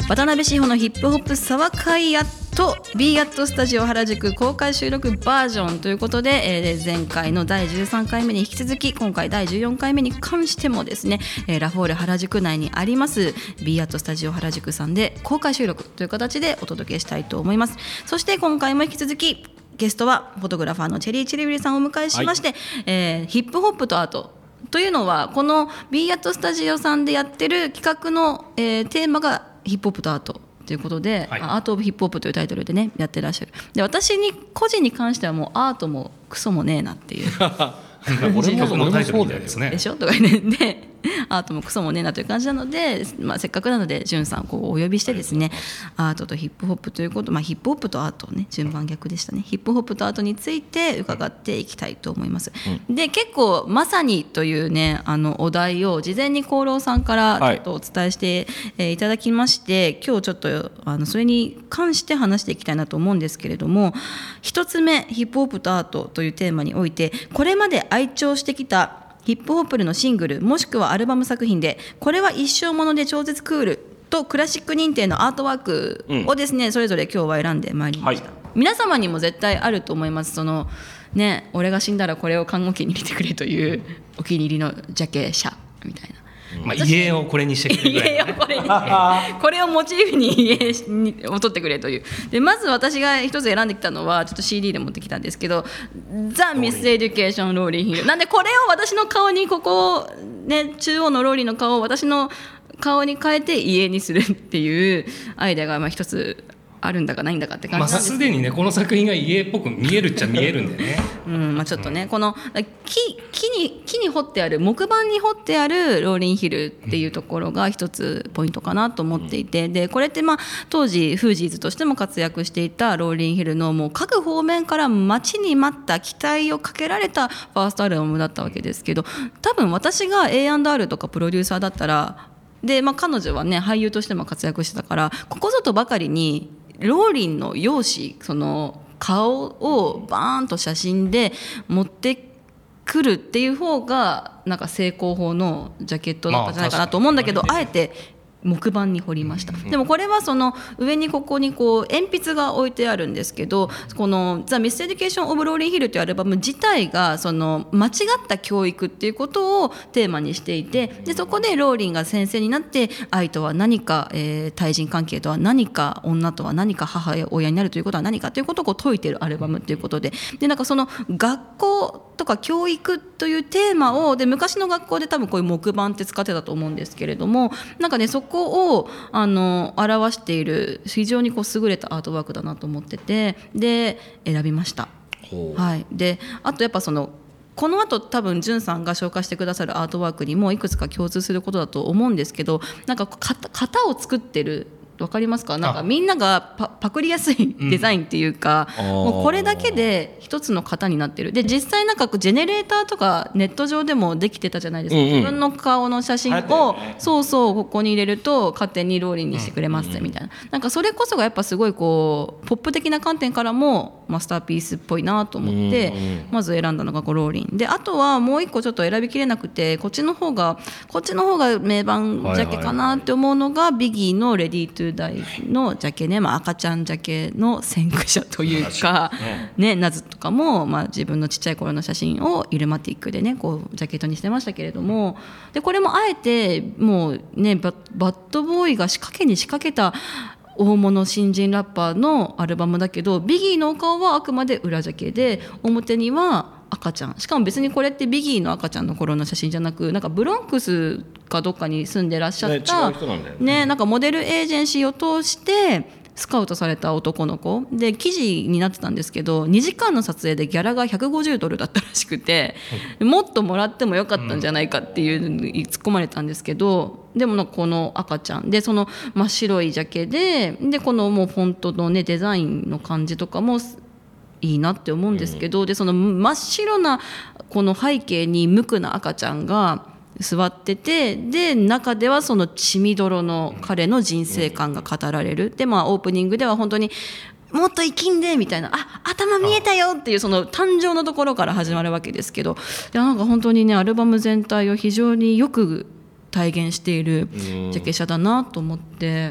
渡辺志保のヒップホップサワカイアット B アットスタジオ原宿公開収録バージョンということで、前回の第13回目に引き続き今回第14回目に関してもですね、ラフォーレ原宿内にあります B アットスタジオ原宿さんで公開収録という形でお届けしたいと思います。そして今回も引き続きゲストはフォトグラファーのチェリーチリビリさんをお迎えしまして、ヒップホップとアートというのはこの B アットスタジオさんでやってる企画の、テーマがヒップホップとアートということで、アートオブヒップホップというタイトルでねやってらっしゃる。で私に個人に関してはもうアートもクソもねえなっていう俺ものタイトルみたいですね。 でしょとかねでアートもクソもねえなという感じなので、せっかくなのでじゅんさんをお呼びしてですね、アートとヒップホップということ、ヒップホップとアートね順番逆でしたね。ヒップホップとアートについて伺っていきたいと思います。で結構まさにというねお題を事前に功労さんからちょっとお伝えして、いただきまして、今日ちょっとそれに関して話していきたいなと思うんですけれども、一つ目ヒップホップとアートというテーマにおいてこれまで愛聴してきたヒップホップのシングルもしくはアルバム作品でこれは一生もので超絶クールとクラシック認定のアートワークをですね、それぞれ今日は選んでまいりました。皆様にも絶対あると思います。そのね、俺が死んだらこれを看護機に入れてくれというお気に入りのジャケ写みたいな、 家をこれにしてくれぐらい、 家をこれにこれをモチーフに家を撮ってくれという。でまず私が一つ選んできたのはちょっと CD で持ってきたんですけど、ザ・ミス・エデュケーション・ローリー・ヒルなんで、これを私の顔にここね、中央のローリーの顔を私の顔に変えて家にするっていうアイデアが一つあるんだかないんだかって感じなんです。 すでにねこの作品が家っぽく見えるっちゃ見えるんでねちょっとね、この木に彫ってある木板に彫ってあるローリンヒルっていうところが一つポイントかなと思っていて、でこれって当時フージーズとしても活躍していたローリンヒルのもう各方面から待ちに待った期待をかけられたファーストアルバムだったわけですけど、多分私が A&R とかプロデューサーだったらで、彼女はね俳優としても活躍してたから、ここぞとばかりにローリンの容姿、その顔をバーンと写真で持ってくるっていう方がなんか成功法のジャケットだったんじゃないかなと思うんだけど、あえて木板に彫りました。でもこれはその上にここにこう鉛筆が置いてあるんですけど、このザ・ミス・エデュケーション・オブ・ローリン・ヒルというアルバム自体がその間違った教育っていうことをテーマにしていて、でそこでローリンが先生になって愛とは何か、対人関係とは何か、女とは何か、母親になるということは何かということを説いているアルバムということで、なんかその学校とか教育というテーマをで昔の学校で多分こういう木板って使ってたと思うんですけれども、なんかねそこを表している非常にこう優れたアートワークだなと思ってて、で選びました。であとやっぱこの後多分じゅんさんが紹介してくださるアートワークにもいくつか共通することだと思うんですけど、なんか型を作ってる、分かりますか？なんかみんながパクりやすいデザインっていうか、もうこれだけで一つの型になってる。で実際なんかジェネレーターとかネット上でもできてたじゃないですか、自分の顔の写真を、ここに入れると勝手にローリンにしてくれますみたいな、なんかそれこそがやっぱすごいこうポップ的な観点からもマスターピースっぽいなと思って、まず選んだのがローリンで、あとはもう一個ちょっと選びきれなくて、こっちの方が名盤ジャケかなって思うのが、ビギーのレディートゥ大のジャケね、赤ちゃんジャケの先駆者というか、ナズとかも、自分のちっちゃい頃の写真をイルマティックでねこうジャケットにしてましたけれども、でこれもあえてもうねバッドボーイが仕掛けに仕掛けた大物新人ラッパーのアルバムだけど、ビギーのお顔はあくまで裏ジャケで表には赤ちゃん、しかも別にこれってビギーの赤ちゃんの頃の写真じゃなく、なんかブロンクスかどっかに住んでらっしゃった、なんかモデルエージェンシーを通してスカウトされた男の子で、記事になってたんですけど2時間の撮影でギャラが$150だったらしくて、もっともらってもよかったんじゃないかっていうのに突っ込まれたんですけど、でもこの赤ちゃんでその真っ白いジャケでこのもうフォントのねデザインの感じとかもいいなって思うんですけど、でその真っ白なこの背景に無垢な赤ちゃんが座ってて、で中ではその血みどろの彼の人生観が語られる。でオープニングでは本当にもっと生きんでみたいな、頭見えたよっていうその誕生のところから始まるわけですけど、なんか本当にねアルバム全体を非常によく体現しているジャケ写だなと思って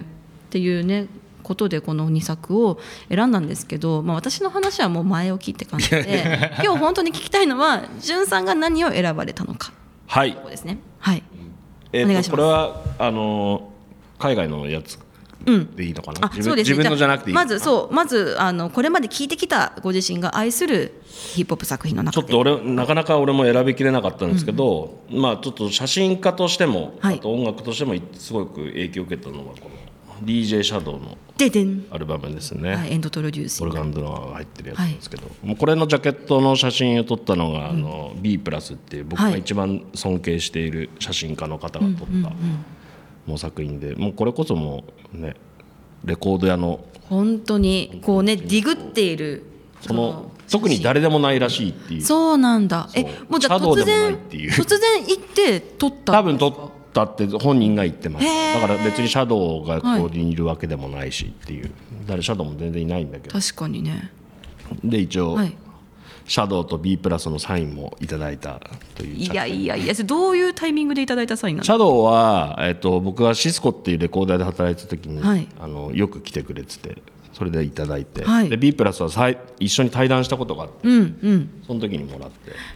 っていうねことでこの2作を選んだんですけど、私の話はもう前置きって感じで今日本当に聞きたいのはじゅんさんが何を選ばれたのか。 はい、 そうですね。はい。 お願いします。これは海外のやつでいいのかな、 そうですね、 自分のじゃなくていい。 まずこれまで聞いてきたご自身が愛するヒップホップ作品の中でちょっとなかなか俺も選びきれなかったんですけど、ちょっと写真家としても、あと音楽としてもすごく影響を受けたのはこの DJ シャドウのアルバムですね。 エンドトロデューシング、 オルガンドラが入ってるやつなんですけど、もうこれのジャケットの写真を撮ったのが、B プラスっていう僕が一番尊敬している写真家の方が撮ったもう作品で、もうこれこそもうねレコード屋の本当にこうねディグっているその特に誰でもないらしいっていう。 そうなんだ。もうじゃあ突然行って撮った多分撮ったって本人が言ってます。だから別にシャドウがここにいるわけでもないしっていう、シャドウも全然いないんだけど。 確かにね。 で一応、シャドウと B プラスのサインもいただいたという。 いやどういうタイミングでいただいたサインなんですか。 シャドウは、僕がシスコっていうレコーダーで働いてた時に、よく来てくれててそれでいただいて、で B プラスは一緒に対談したことがあって、その時にもらって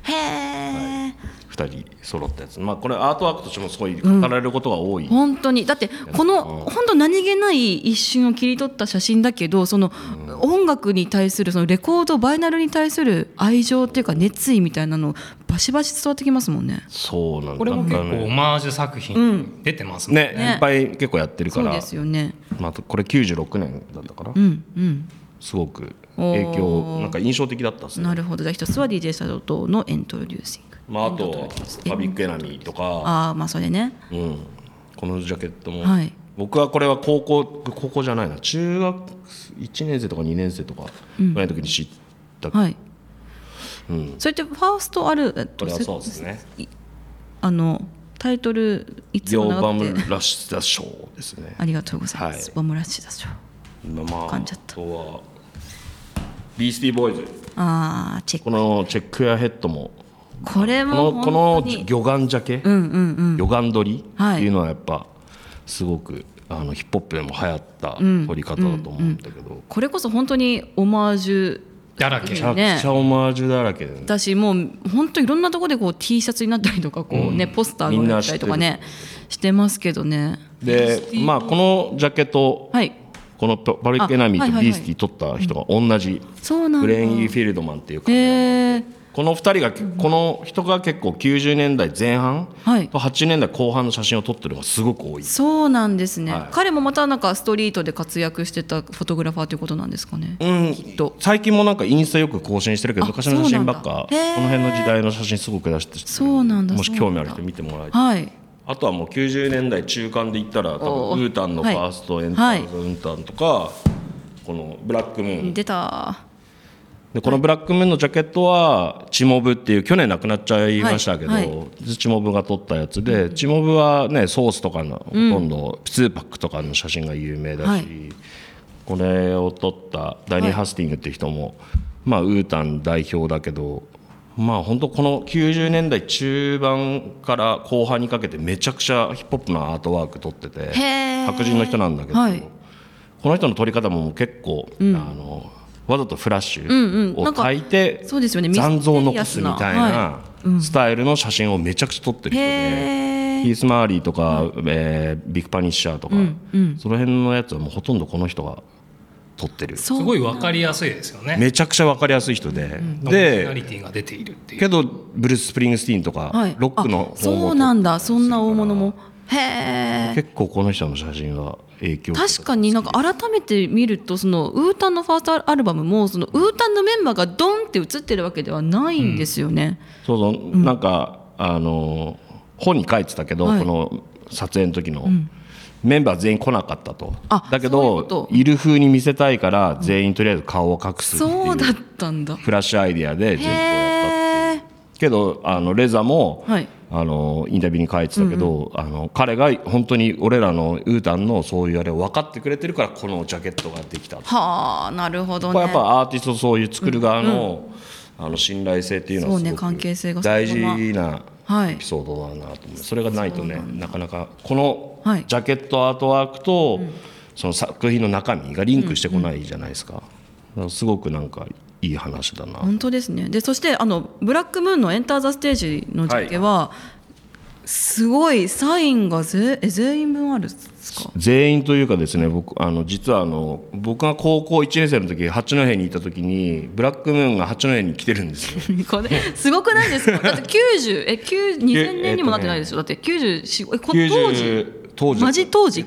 、2人揃ったやつ、これアートワークとしてもすごい語られることが多い、 本当にだってこの本当何気ない一瞬を切り取った写真だけど、その音楽に対するそのレコードバイナルに対する愛情っていうか熱意みたいなのバシバシ伝わってきますもんね。 そうなんだ。 これも結構オマージュ作品出てますもんね。 いっぱい結構やってるから。 そうですよね。 これ96年だったかな、すごく影響なんか印象的だったですね。 なるほど。じゃあ一つは DJ シャドウのエントロデューシング、 あとパブリックエナミーとか、 それね、 このジャケットも、僕はこれは高校じゃないな、中学1年生とか2年生とかぐらいの時に知った、 それってファーストこれはそうですね、 タイトルいつも長くてバムラッシュダショーですね。 ありがとうございます、バムラッシュダショー。 あとはビースティーボーイズ、このチェックエアヘッドも、 これもこの魚眼ジャケ、魚眼撮りっていうのはやっぱすごくヒップホップでも流行った撮り方だと思うんだけど、 これこそ本当にオマージュだらけ、 めちゃくちゃオマージュだらけで、 だし、もう本当いろんなところでこう T シャツになったりとかポスターがあったりとかねしてますけどね。 でこのジャケと、このパブリックエナミーとビースティー撮った人が同じ、ブレイン・イー・フィールドマンっていうか、この2人がこの人が結構90年代前半と80年代後半の写真を撮ってるのがすごく多い。 そうなんですね、彼もまたなんかストリートで活躍してたフォトグラファーということなんですかね、きっと。 最近もなんかインスタよく更新してるけど、昔の写真ばっか、この辺の時代の写真すごく出してて、もし興味ある人見てもらいたい。あとはもう90年代中間で言ったら多分ウータンのファーストエンターズウンタンとか、このブラックムーン出た。 でこのブラックムーンのジャケットはチモブっていう去年亡くなっちゃいましたけど、チモブが撮ったやつで、チモブはねソースとかのほとんど2パックとかの写真が有名だし、これを撮ったダニー・ハスティングっていう人も、ウータン代表だけど、本当この90年代中盤から後半にかけてめちゃくちゃヒップホップのアートワーク撮ってて、白人の人なんだけど、この人の撮り方も結構、わざとフラッシュを焚いて残像を残すみたいなスタイルの写真をめちゃくちゃ撮ってる人で、ヒース・マーリーとか、ビッグ・パニッシャーとか、その辺のやつはもうほとんどこの人が撮ってる。 すごい分かりやすいですよね。 めちゃくちゃ分かりやすい人で、 オリジナリティが出ているっていう。 けどブルース・スプリングスティーンとか、ロックの方もそうなんだ、そんな大物も。 結構この人の写真が影響。 確かになんか改めて見ると、そのウータンのファーストアルバムもそのウータンのメンバーがドンって写ってるわけではないんですよね。 なんか本に書いてたけど、この撮影の時の、メンバー全員来なかったと。だけどいる風に見せたいから全員とりあえず顔を隠すっていう、 そうだったんだ。 フラッシュアイデアで全部やったっていう。けどレザも、インタビューに書いてたけど、彼が本当に俺らのウータンのそういうあれを分かってくれてるからこのジャケットができた。 はあ、なるほどね。 これやっぱアーティストそういう作る側の、信頼性っていうのはすごく大事なエピソードだなと思う。それがないとね、なかなかこのジャケットアートワークと、 その作品の中身がリンクしてこないじゃないですか。だからすごくなんかいい話だな。 本当ですね。でそしてブラックムーンのエンターザステージのジャケは、すごいサインが全員分あるんですか？ 全員というかですね、僕実は僕が高校1年生の時八戸にいた時にブラックムーンが八戸に来てるんですよ。 これすごくないですか？だって2000年にもなってないですよ。だって当時マジ当時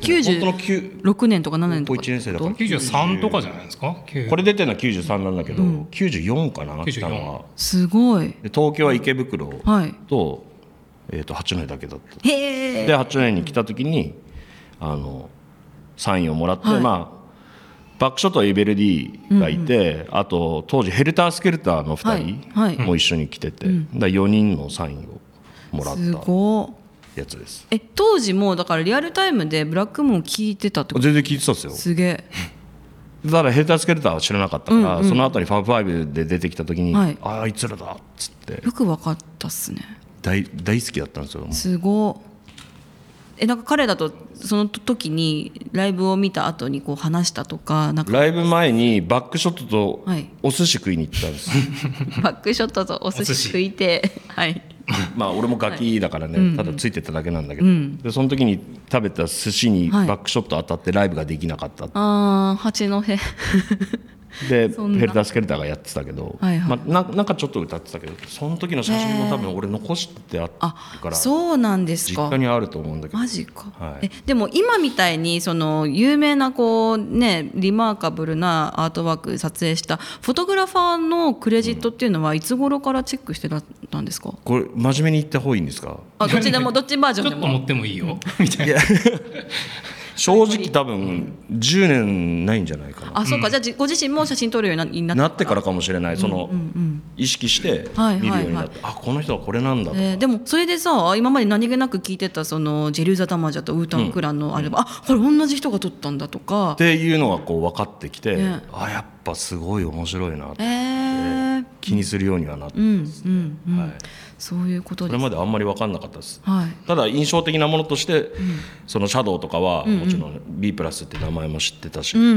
96年とか7年とか高校1年生だから 93とかじゃないですか。 これ出てるのは93なんだけど、94かな、来たのは。 すごい。 で東京は池袋と、八戸だけだった。で八戸に来た時にサインをもらって、バックショットはイベルディがいて、あと当時ヘルタースケルターの2人も一緒に来てて、だ4人のサインをもらったやつです。 当時もだからリアルタイムでブラックムーンを聞いてたってこと？ 全然聞いてたんですよ。 すげえ。 だからヘルタースケルターは知らなかったから、その後にファブファイブで出てきた時に、あいつらだっつってよく分かったっすね。 大好きだったんですよ。 すごい。なんか彼だとその時にライブを見た後にこう話したとか、なんかライブ前にバックショットとお寿司食いに行ったんです。 バックショットとお寿司食いて、はい。 まあ俺もガキだからね、ただついてただけなんだけど、でその時に食べた寿司にバックショット当たってライブができなかった。 八戸でヘルタースケルターがやってたけど、なんかちょっと歌ってたけど、その時の写真も多分俺残してあるから、 そうなんですか。 実家にあると思うんだけど。 マジか。でも今みたいにその有名なこうねリマーカブルなアートワーク撮影したフォトグラファーのクレジットっていうのはいつ頃からチェックしてたんですか？ これ真面目に言った方がいいんですか？ どっちでもどっちバージョンでもちょっと持ってもいいよみたいな。 正直多分10年ないんじゃないかな。 そうか。じゃあご自身も写真撮るようになってからかもしれない。その意識して見るようになって、この人はこれなんだとか。 でもそれでさ、今まで何気なく聞いてたそのジェルーザ・タマジャとウータン・クランのアルバム、これ同じ人が撮ったんだとかっていうのがこう分かってきて、やっぱすごい面白いなって気にするようにはなってます。 そういうことです。 それまであんまり分かんなかったです。ただ印象的なものとして、そのシャドウとかはもちろん B プラスって名前も知ってたし、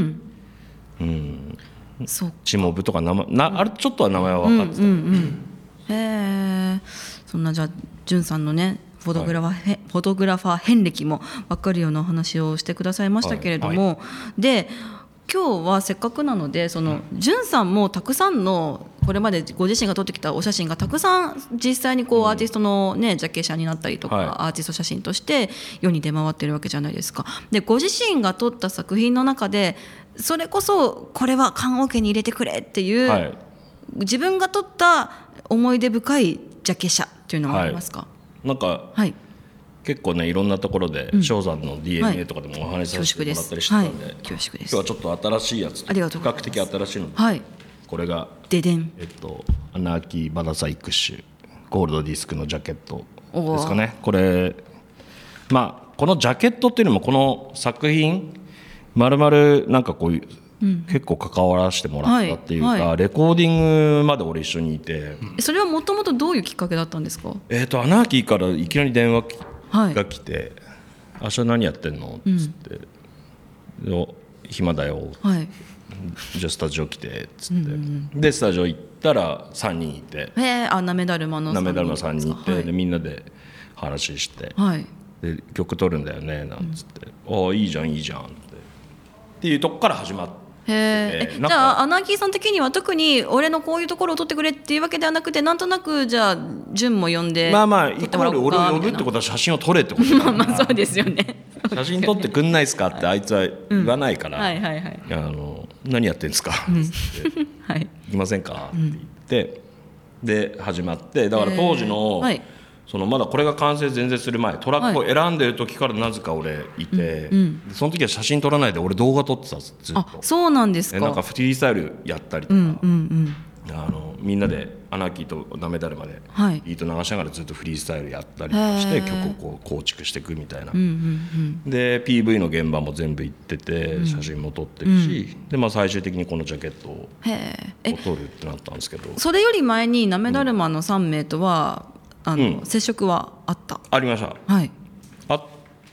チモブとかあれちょっとは名前は分かってた。 そんなじゃあジュンさんのねフォトグラファー遍歴も分かるようなお話をしてくださいましたけれども、で今日はせっかくなのでそのジュンさんもたくさんのこれまでご自身が撮ってきたお写真がたくさん実際にこうアーティストのねジャケ写になったりとか、アーティスト写真として世に出回ってるわけじゃないですか。でご自身が撮った作品の中でそれこそこれは棺桶に入れてくれっていう、自分が撮った思い出深いジャケ写っていうのはありますか？ なんか、結構ねいろんなところで翔さんの DNA とかでもお話しさせてもらったりしてたんで、今日はちょっと新しいやつ、比較的新しいので、これがででん、 アナーキーバダサイクッシュゴールドディスクのジャケットですかね。これこのジャケットっていうのもこの作品まるまるなんかこういう結構関わらせてもらったっていうか、レコーディングまで俺一緒にいて。 それはもともとどういうきっかけだったんですか？ アナーキーからいきなり電話が来て、明日何やってんのっつって、暇だよ、じゃあスタジオ来てっつって、でスタジオ行ったら3人いて、 なめだるまの 3人いて、でみんなで話して、で曲撮るんだよねなんつって、いいじゃんいいじゃんっていうとこから始まって。 じゃあアナーキーさん的には特に俺のこういうところを撮ってくれっていうわけではなくて、なんとなくじゃあ潤も呼んでイコール俺を呼ぶってことは写真を撮れってことだからそうですよね。 写真撮ってくんないっすかってあいつは言わないから、何やってんですかって言って、行きませんかって言ってで始まって、だから当時のそのまだこれが完成全然する前、トラックを選んでる時からなぜか俺いて、その時は写真撮らないで俺動画撮ってたずっと。 そうなんですか。 なんかフリースタイルやったりとか、みんなでアナーキーとなめだるまでビート流しながらずっとフリースタイルやったりとかして曲をこう構築していくみたいな。で PV の現場も全部行ってて写真も撮ってるし、で最終的にこのジャケットを撮るってなったんですけど、 それより前になめだるまの3名とは接触はあった？ ありました。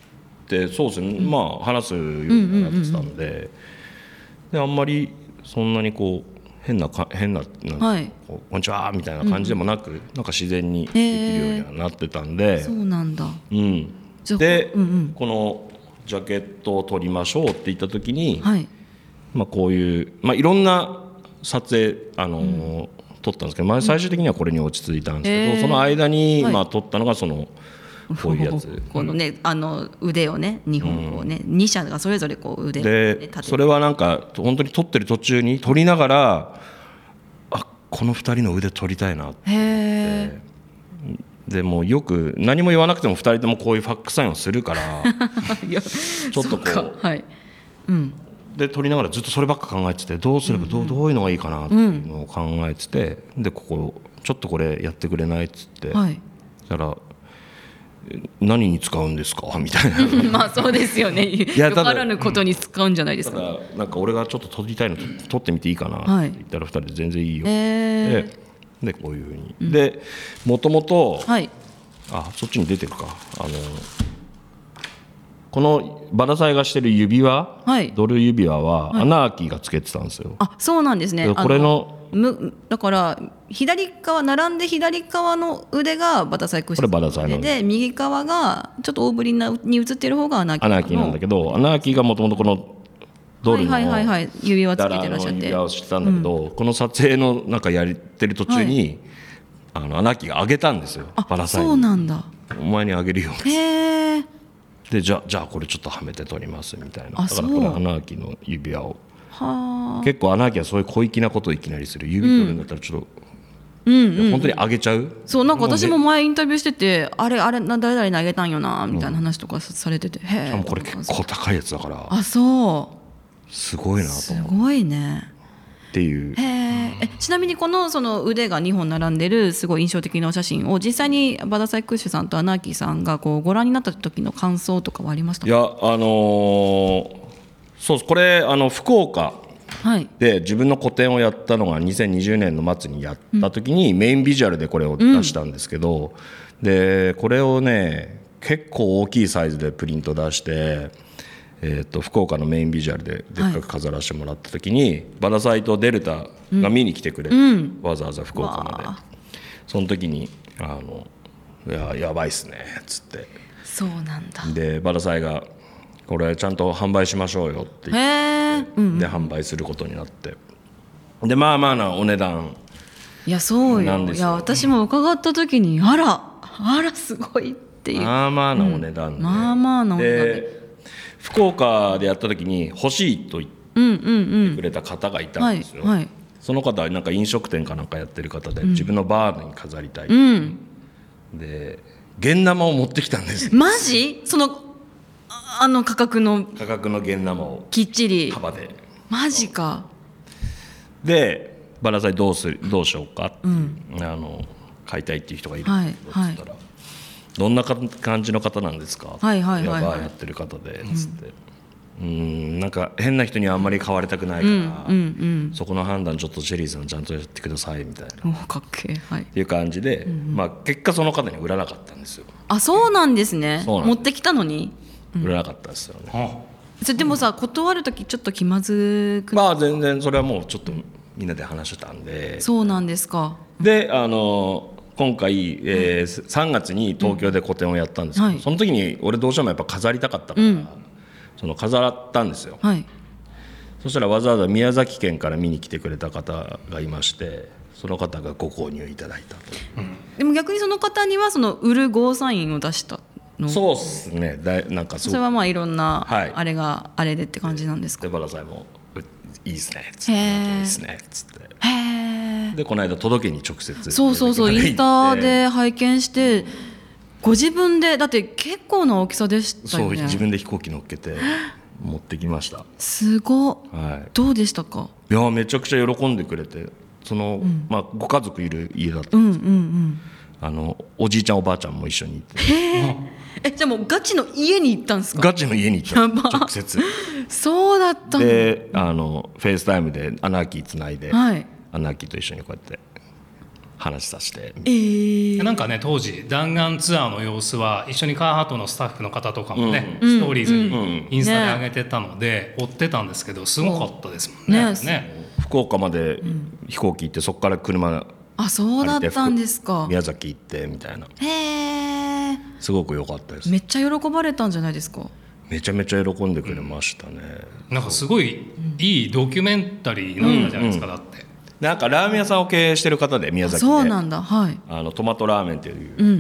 てそうですね、まあ話すようになってたんで、であんまりそんなにこう変なこんにちはみたいな感じでもなく、なんか自然にできるようにはなってたんで、 そうなんだ。 で、このジャケットを撮りましょうって言った時に、まあ、こういう、まあ、いろんな撮影撮ったんですけど、まあ、最終的にはこれに落ち着いたんですけど、その間に、まあ、撮ったのがこういうやつこのね腕をね2本こうね、2社がそれぞれこう腕を、ね、 でそれはなんか本当に撮ってる途中に撮りながら、あこの2人の腕撮りたいなって思って。でもうよく何も言わなくても2人ともこういうファックサインをするからちょっとこう、で撮りながらずっとそればっか考えてて、どうすればどういうのがいいかなっていうのを考えてて、でここちょっとこれやってくれないっつって、そしたら何に使うんですかみたいなまあそうですよね、よからぬことに使うんじゃないですか。 ただなんか俺がちょっと撮りたいの撮ってみていいかなって言ったら2人で全然いいよってでこういうふうに、でもともとそっちに出てるか、このバラサイがしてる指輪、ドル指輪はアナーキーがつけてたんですよ。 あ、そうなんですね。 これのだから左側並んで左側の腕がバタサイクッションで、右側がちょっと大ぶりに映ってる方がアナーキーなんだけど、アナーキーがもともとこのドルの指輪つけてらっしゃって、 指輪をしてたんだけど、この撮影のなんかやってる途中に、アナーキーがあげたんですよ、バラサイに。 そうなんだ。 お前にあげるよって。 へー。 でじゃあこれちょっとはめて撮りますみたいな。だからこれアナーキーの指輪を。結構アナーキーはそういう小粋なことをいきなりする。指取るんだったらちょっと、本当にあげちゃう。 そう、なんか私も前インタビューしてて、あれ誰々にあげたんよなみたいな話とかされてて、 しかもこれ結構高いやつだから。 あ、そうすごいなと思う。 すごいねっていう。 ちなみにその腕が2本並んでるすごい印象的なお写真を実際にバダサイクッシュさんとアナーキーさんがこうご覧になった時の感想とかはありましたか？ いやそうこれ福岡で自分の個展をやったのが2020年の末にやった時にメインビジュアルでこれを出したんですけど、でこれをね結構大きいサイズでプリント出して、福岡のメインビジュアルででっかく飾らせてもらった時に、バダサイとデルタが見に来てくれて、わざわざ福岡まで。その時にやばいっすねっつって。 そうなんだ。 でバダサイがこれちゃんと販売しましょうよって言って、で販売することになって、でまあまあなお値段。 いやそうよ。いや私も伺った時にあらすごいっていう、 まあまあなお値段で、 まあまあなお値段で福岡でやった時に欲しいと言ってくれた方がいたんですよ。その方はなんか飲食店かなんかやってる方で、自分のバーに飾りたい、で現生を持ってきたんですよ。 マジ？その価格の現生をきっちり束で。 マジか。 でバラサイどうしようかって、買いたいっていう人がいるって言ったら、どんな感じの方なんですか？バーやってる方でつって、なんか変な人にはあんまり買われたくないから、そこの判断ちょっとシェリーさんちゃんとやってくださいみたいな。 かっけえ。 っていう感じで、まあ結果その方に売らなかったんですよ。 あ、そうなんですね。持ってきたのに売らなかったですよね。 それでもさ、断る時ちょっと気まずく。 まあ全然それはもうちょっとみんなで話してたんで。 そうなんですか。 で今回、3月に東京で個展をやったんですけど、その時に俺どうしてもやっぱ飾りたかったから、飾ったんですよ。そしたらわざわざ宮崎県から見に来てくれた方がいまして、その方がご購入いただいたと。 でも逆にその方には売るゴーサインを出したの？ そうっすね。なんかそれはまあいろんなあれがあれでって感じなんですか？ でバラサイもいいですねっつって、いいですねっつって。でこの間届けに直接そうインスタで拝見して、ご自分でだって結構な大きさでしたよね。 そう自分で飛行機乗っけて持ってきました。 すごい、どうでしたか？ いやめちゃくちゃ喜んでくれて、まあ、ご家族いる家だったんですけど、おじいちゃんおばあちゃんも一緒にいて。 じゃあもうガチの家に行ったんですか？ ガチの家に行った、直接。 そうだったの。 でフェイスタイムでアナーキーつないで、アナーキーと一緒にこうやって話させて、 なんかね当時弾丸ツアーの様子は一緒にカーハートのスタッフの方とかもね、ストーリーズにインスタで上げてたので、追ってたんですけどすごかったですもんね。 福岡まで飛行機行って、そこから車そうだったんですか。 宮崎行ってみたいな。 へえ。 すごく良かったです。 めっちゃ喜ばれたんじゃないですか。 めちゃめちゃ喜んでくれましたね。 なんかすごいいいドキュメンタリーなんじゃないですか、だってなんかラーメン屋さんを経営してる方で、宮崎で。 そうなんだ。はい。 トマトラーメンっていう、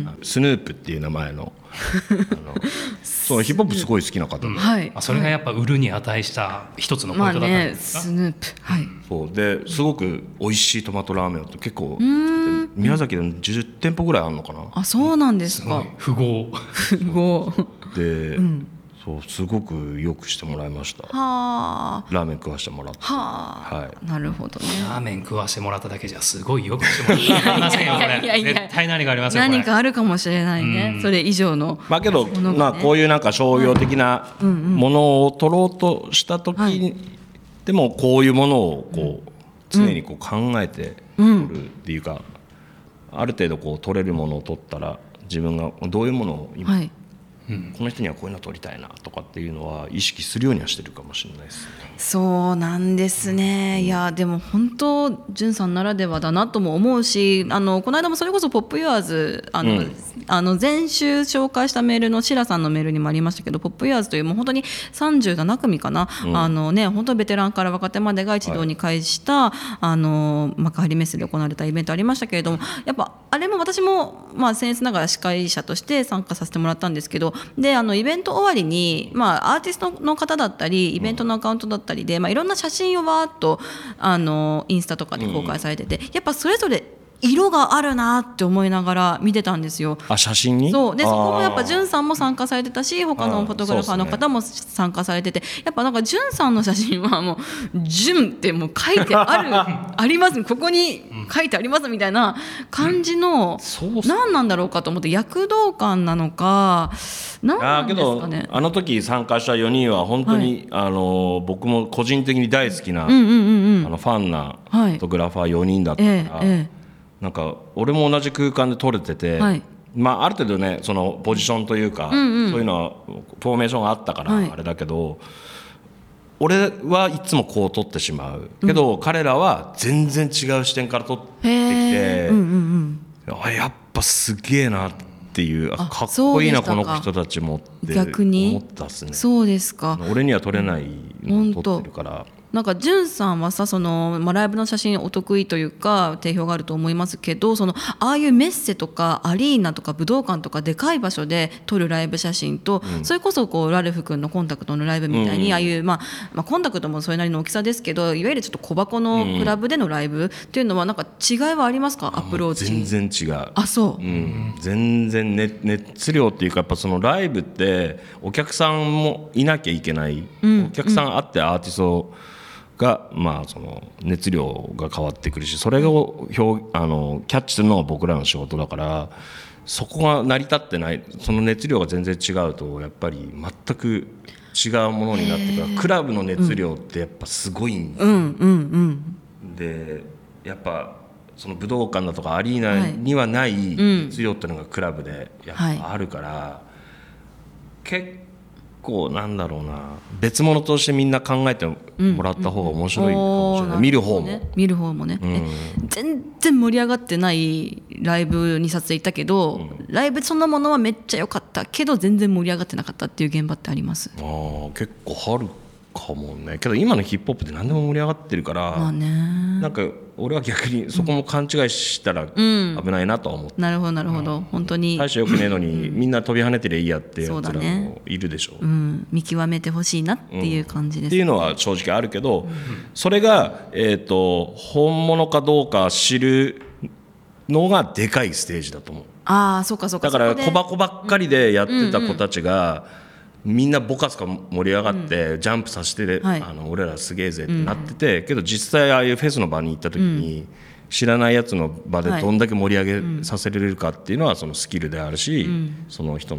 スヌープっていう名前のそうヒップホップすごい好きな方で、 はい。 それがやっぱ売るに値した一つのポイントだったんですか。 スヌープ。はい。 そうですごく美味しいトマトラーメンって結構宮崎で10店舗ぐらいあるのかな。 そうなんですか。 富豪で、そうすごくよくしてもらいました。ラーメン食わしてもらって。 なるほどね。 ラーメン食わしてもらっただけじゃすごいよくしてもらってありませんよこれ。絶対何かありますよ。 何かあるかもしれないね。それ以上の。 けどこういうなんか商業的なものを取ろうとした時に、でもこういうものをこう常にこう考えて取るっていうか、ある程度こう取れるものを取ったら、自分がどういうものを今、この人にはこういうの取りたいなとかっていうのは意識するようにはしてるかもしれないですね。 そうなんですね。いやでも本当じゅんさんならではだなとも思うし、この間もそれこそポップユアーズ前週紹介したメールのシラさんのメールにもありましたけど、ポップユアーズというもう本当に37組かな、本当ベテランから若手までが一堂に会した、幕張メッセで行われたイベントありましたけれども、やっぱあれも私も僭越ながら司会者として参加させてもらったんですけど、でイベント終わりに、アーティストの方だったりイベントのアカウントだったりで、いろんな写真をわーっとインスタとかで公開されてて、やっぱそれぞれ色があるなって思いながら見てたんですよ。 写真にそうで、そこもやっぱじゅんさんも参加されてたし、他のフォトグラファーの方も参加されてて、やっぱなんかじゅんさんの写真はもうじゅんってもう書いてあるあります、ここに書いてありますみたいな感じの、何なんだろうかと思って、躍動感なのか何なんですかね。 けど時参加した4人は本当に、僕も個人的に大好きな、ファンなフォトグラファー4人だったから、なんか俺も同じ空間で撮れてて、ある程度ねそのポジションというか、そういうのはフォーメーションがあったからあれだけど、俺はいつもこう撮ってしまうけど、彼らは全然違う視点から撮ってきて、やっぱすげえなっていう、かっこいいなこの人たちもって思ったっすね。 そうですか。 俺には撮れないのを撮ってるから。 なんかじゅんさんはさ、ライブの写真お得意というか定評があると思いますけど、ああいうメッセとかアリーナとか武道館とかでかい場所で撮るライブ写真と、それこそラルフ君のコンタクトのライブみたいに、ああいう、コンタクトもそれなりの大きさですけど、いわゆるちょっと小箱のクラブでのライブっていうのはなんか違いはありますか？アプローチ全然違う。 そう、 全然、熱量っていうか、やっぱそのライブってお客さんもいなきゃいけない、お客さんあってアーティストがその熱量が変わってくるし、それをキャッチするのが僕らの仕事だから、そこが成り立ってない、その熱量が全然違うとやっぱり全く違うものになってくる。クラブの熱量ってやっぱすごいんですよ。でやっぱその武道館だとかアリーナにはない熱量っていうのがクラブでやっぱあるから、結構なんだろうな、別物としてみんな考えてもらった方が面白いかもしれない。見る方もね、全然盛り上がってないライブに撮影行ったけど、ライブそのものはめっちゃ良かったけど全然盛り上がってなかったっていう現場ってあります？ 結構あるかもね。けど今のヒップホップって何でも盛り上がってるから、なんか俺は逆にそこも勘違いしたら危ないなとは思って、 なるほど、本当に大してよくねえのにみんな飛び跳ねてりゃいいやってやつらもいるでしょう。 見極めてほしいなっていう感じです、 っていうのは正直あるけど、それが、本物かどうか知るのがでかいステージだと思う。 そうかだから小箱ばっかりでやってた子たちが、みんなボカスカ盛り上がってジャンプさせて、俺らすげえぜってなってて、けど実際ああいうフェスの場に行った時に、知らないやつの場でどんだけ盛り上げさせれるかっていうのはそのスキルであるし、その人の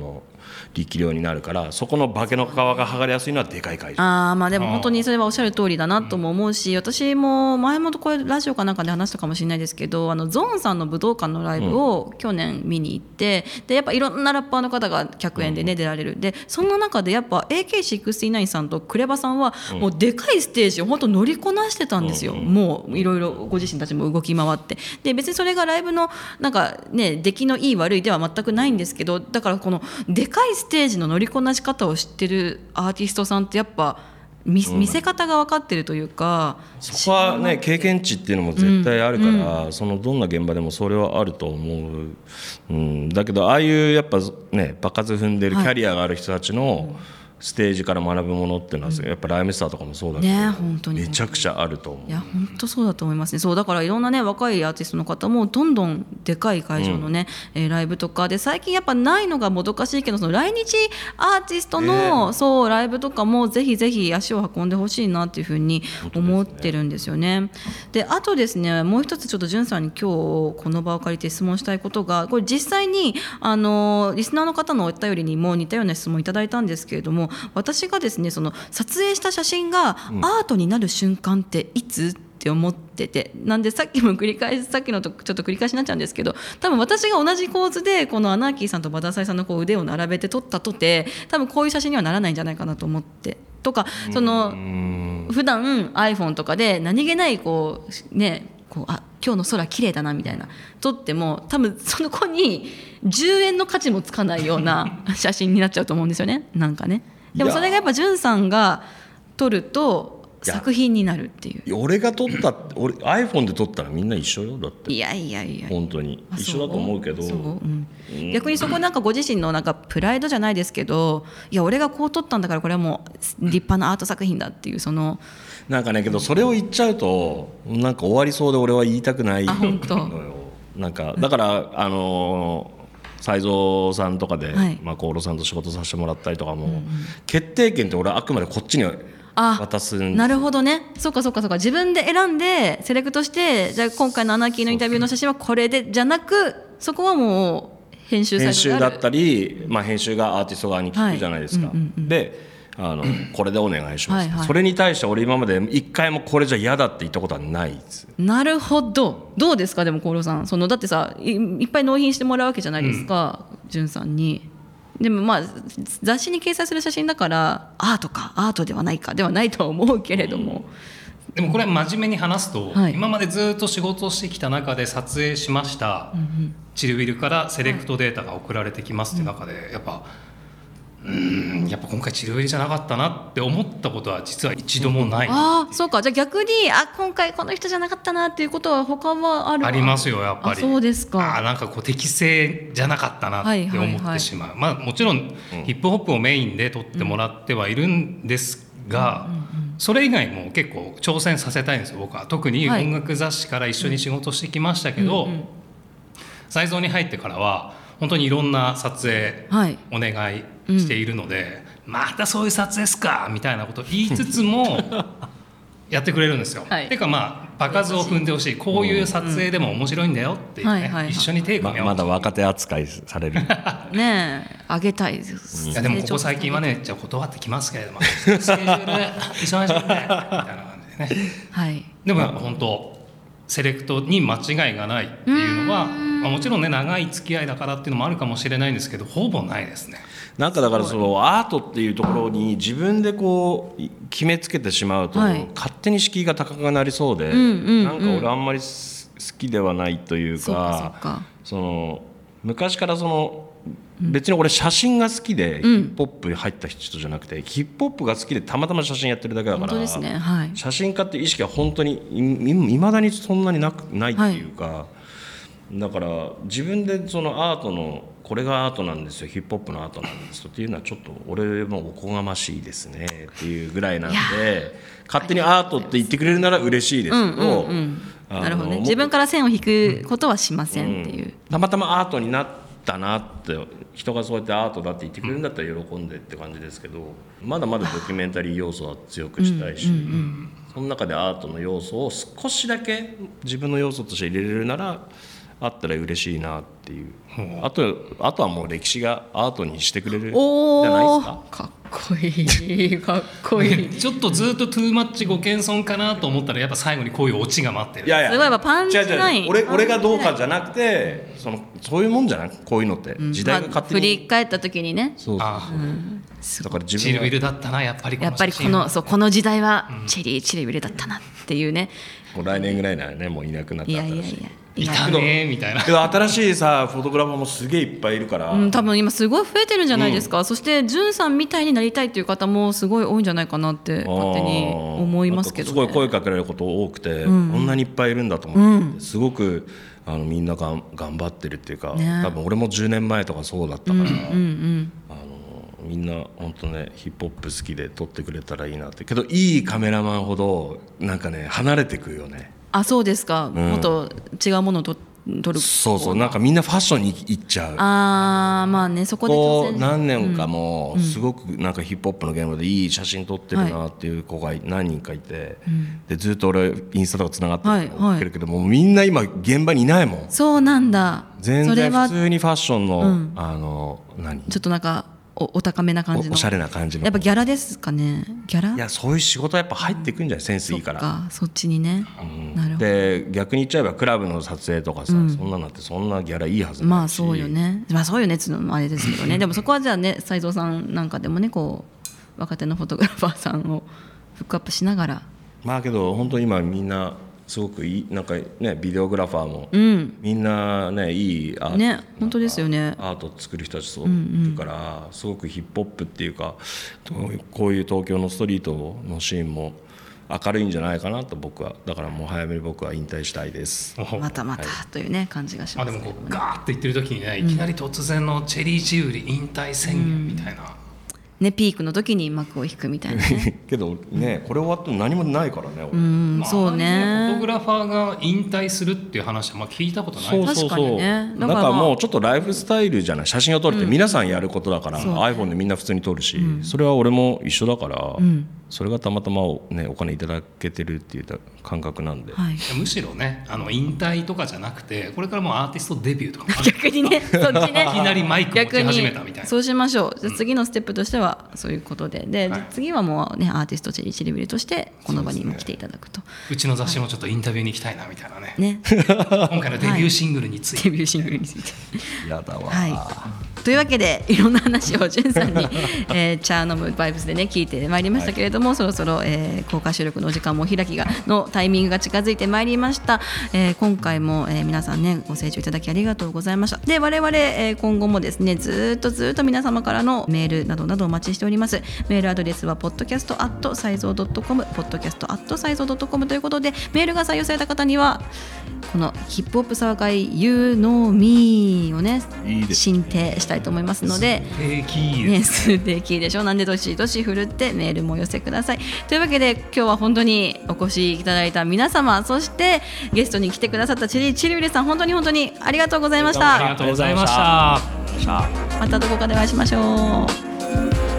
力量になるから、そこの化けの皮が剥がれやすいのはでかい会場。 まあでも本当にそれはおっしゃる通りだなとも思うし、私も前もこれラジオかなんかで話したかもしれないですけど、ゾーンさんの武道館のライブを去年見に行って、でやっぱいろんなラッパーの方が100円でね出られる。でそんな中でやっぱ AK69 さんとクレバさんはもうでかいステージを本当乗りこなしてたんですよ。もういろいろご自身たちも動き回って、で別にそれがライブのなんかね出来のいい悪いでは全くないんですけど、だからこのでかいステージの乗りこなし方を知ってるアーティストさんってやっぱ見せ方が分かってるというか、 そこはね経験値っていうのも絶対あるから、そのどんな現場でもそれはあると思う、だけどああいうやっぱね場数踏んでるキャリアがある人たちのステージから学ぶものっていうのはやっぱライムスターとかもそうだけど、 本当にめちゃくちゃあると思う。 いや本当そうだと思いますね。そうだからいろんなね若いアーティストの方もどんどんでかい会場のね、ライブとかで、最近やっぱないのがもどかしいけど、その来日アーティストの、そうライブとかもぜひぜひ足を運んでほしいなっていうふうに思ってるんですよね。であとですね、もう一つちょっとじゅんさんに今日この場を借りて質問したいことが、これ実際にリスナーの方のお便りにも似たような質問いただいたんですけれども、私がですねその撮影した写真がアートになる瞬間っていつって思ってて、なんでさっきのとちょっと繰り返しになっちゃうんですけど、多分私が同じ構図でこのアナーキーさんとバダサイさんのこう腕を並べて撮ったとて、多分こういう写真にはならないんじゃないかなと思ってとか、その普段 iPhone とかで何気ないこうね今日の空綺麗だなみたいな撮っても、多分その子に10円の価値もつかないような写真になっちゃうと思うんですよね、なんかね。でもそれがやっぱじゅんさんが撮ると作品になるっていう。 俺が撮った俺 iPhone で撮ったらみんな一緒よ。だっていや本当に一緒だと思うけど、 逆にそこなんかご自身のなんかプライドじゃないですけど、いや俺がこう撮ったんだからこれはもう立派なアート作品だっていう、そのなんかね、けどそれを言っちゃうとなんか終わりそうで俺は言いたくないのよ。なんかだから才蔵さんとかで厚労さんと仕事させてもらったりとかも、決定権って俺はあくまでこっちに渡すんです。 なるほどね。そうか自分で選んでセレクトして、じゃあ今回のアナーキーのインタビューの写真はこれでじゃなく、そこはもう編集だったり、編集がアーティスト側に聞くじゃないですか、でこれでお願いします、それに対して俺今まで一回もこれじゃ嫌だって言ったことはないです。 なるほど。どうですかでも厚労さん、だってさ いっぱい納品してもらうわけじゃないですか、じゅんさんに。でも雑誌に掲載する写真だからアートではないとは思うけれども、 でもこれは真面目に話すと、今までずっと仕事をしてきた中で撮影しました、チルウィルからセレクトデータが送られてきますっていう中で、やっぱ今回チルウィルじゃなかったなって思ったことは実は一度もない。 そうか。じゃあ逆に今回この人じゃなかったなっていうことは他はある？ ありますよやっぱり。 そうですか。 なんかこう適正じゃなかったなって思ってしまう、もちろんヒップホップをメインで撮ってもらってはいるんですが、それ以外も結構挑戦させたいんですよ僕は。特に音楽雑誌から一緒に仕事してきましたけど、才蔵に入ってからは本当にいろんな撮影お願いしているので、またそういう撮影ですかみたいなことを言いつつもやってくれるんですよ。ていうか場数を踏んでほしい、こういう撮影でも面白いんだよっていうね、一緒に手を組み合わせて、 まだ若手扱いされるねえ、あげたいです。 いやでもここ最近はね、じゃあ断ってきますけれどもスケジュール忙しいんでみたいな感じでね、でもやっぱ本当セレクトに間違いがないっていうのは、もちろんね長い付き合いだからっていうのもあるかもしれないんですけど、ほぼないですね。 なんかだからそのアートっていうところに自分でこう決めつけてしまうと、勝手に敷居が高くなりそうで、なんか俺あんまり好きではないというか、その昔からその別に俺写真が好きでヒップホップに入った人じゃなくて、ヒップホップが好きでたまたま写真やってるだけだから、写真家っていう意識は本当にいまだにそんなにないっていうか、だから自分でそのアートのこれがアートなんですよ、ヒップホップのアートなんですよっていうのはちょっと俺もおこがましいですねっていうぐらいなんで、勝手にアートって言ってくれるなら嬉しいですけど、 なるほどね、自分から線を引くことはしませんっていう、 たまたまアートになったなって人がそうやってアートだって言ってくれるんだったら喜んでって感じですけど、まだまだドキュメンタリー要素は強くしたいし、その中でアートの要素を少しだけ自分の要素として入れれるならあったら嬉しいなっていう、あとはもう歴史がアートにしてくれるじゃないですか。 かっこいいかっこいいちょっとずっとトゥーマッチご謙遜かなと思ったらやっぱ最後にこういうオチが待ってる。 いやいやすごいやっぱパンチライン。 俺がどうかじゃなくてそういうもんじゃないこういうのって、時代が勝手に、 振り返った時にね。 そうだから自分チルウィルだったなやっぱりこの時代はチリウィルだったなっていうね。 もう来年ぐらいならねもういなくなったらいたねみたいな。 新しいさフォトグラファーもすげえいっぱいいるから、 多分今すごい増えてるんじゃないですか、そしてジュンさんみたいになりたいっていう方もすごい多いんじゃないかなって勝手に思いますけどね。 すごい声かけられること多くて、こんなにいっぱいいるんだと思って、すごくみんな頑張ってるっていうか、多分俺も10年前とかそうだったから、みんな本当ねヒップホップ好きで撮ってくれたらいいなって。けどいいカメラマンほどなんかね離れてくよね。 あ、そうですか、もっと違うものを撮る。 そうなんかみんなファッションに行っちゃう。 まあね、そこで挑戦何年かもすごくなんかヒップホップの現場でいい写真撮ってるなっていう子が何人かいて、でずっと俺インスタとかつながってるけども、みんな今現場にいないもん。 そうなんだ。 全然普通にファッションの、 ちょっとなんかお高めな感じのおしゃれな感じの、 やっぱギャラですかね。ギャラ。 いやそういう仕事はやっぱ入ってくんじゃない、センスいいから。 そっちにね、なるほど。 で逆に言っちゃえばクラブの撮影とかさ、そんなのってそんなギャラいいはずないし。 まあそうよね、そうよねっていうのもあれですけどねでもそこはじゃあね、斉藤さんなんかでもねこう若手のフォトグラファーさんをフックアップしながら。 まあけど本当に今みんなすごくいいなんかねビデオグラファーも、みんなねいいアート、 ね、本当ですよね。 アート作る人たちそういるから、すごくヒップホップっていうかこういう東京のストリートのシーンも明るいんじゃないかなと僕は。だからもう早めに僕は引退したいです。 またというね感じがしますでもこうガーって言ってる時にね、いきなり突然のチェリージウリ引退宣言みたいな、 ね、ピークの時に幕を引くみたいなねけどねこれ終わっても何もないからね。 そうね。 フォトグラファーが引退するっていう話は聞いたことないです。 確かにね。 だからもうちょっとライフスタイルじゃない、写真を撮るって皆さんやることだから、iPhone でみんな普通に撮るし、それは俺も一緒だから、それがたまたま、ね、お金いただけてるっていう感覚なんで、 むしろね引退とかじゃなくてこれからもうアーティストデビューとか逆にねそっちねいきなりマイク持ち始めたみたいな。 そうしましょう。じゃあ次のステップとしてはそういうことで、次はもうねアーティストチェリーチリビルとしてこの場にも来ていただくと。 うちの雑誌もちょっとインタビューに行きたいなみたいなね今回のデビューシングルについて、 デビューシングルについてやだわ、 というわけでいろんな話をじゅんさんに、チャーノムバイブスでね聞いてまいりましたけれども、そろそろ、公開収録の時間もお開きのタイミングが近づいてまいりました。今回も、皆さんねご清聴いただきありがとうございました。で我々、今後もですねずっと皆様からのメールなどなどお待ちしております。メールアドレスは podcast@saizo.com podcast@saizo.com ということで、メールが採用された方にはこのヒップホップサー会 You Know Me をね進呈したいと思いますので、素敵でしょ。なんでどしどし振るってメールもお寄せください。というわけで今日は本当にお越しいただいた皆様、そしてゲストに来てくださったチリウィルさん、本当にありがとうございました。 ありがとうございました。 またどこかでお会いしましょう。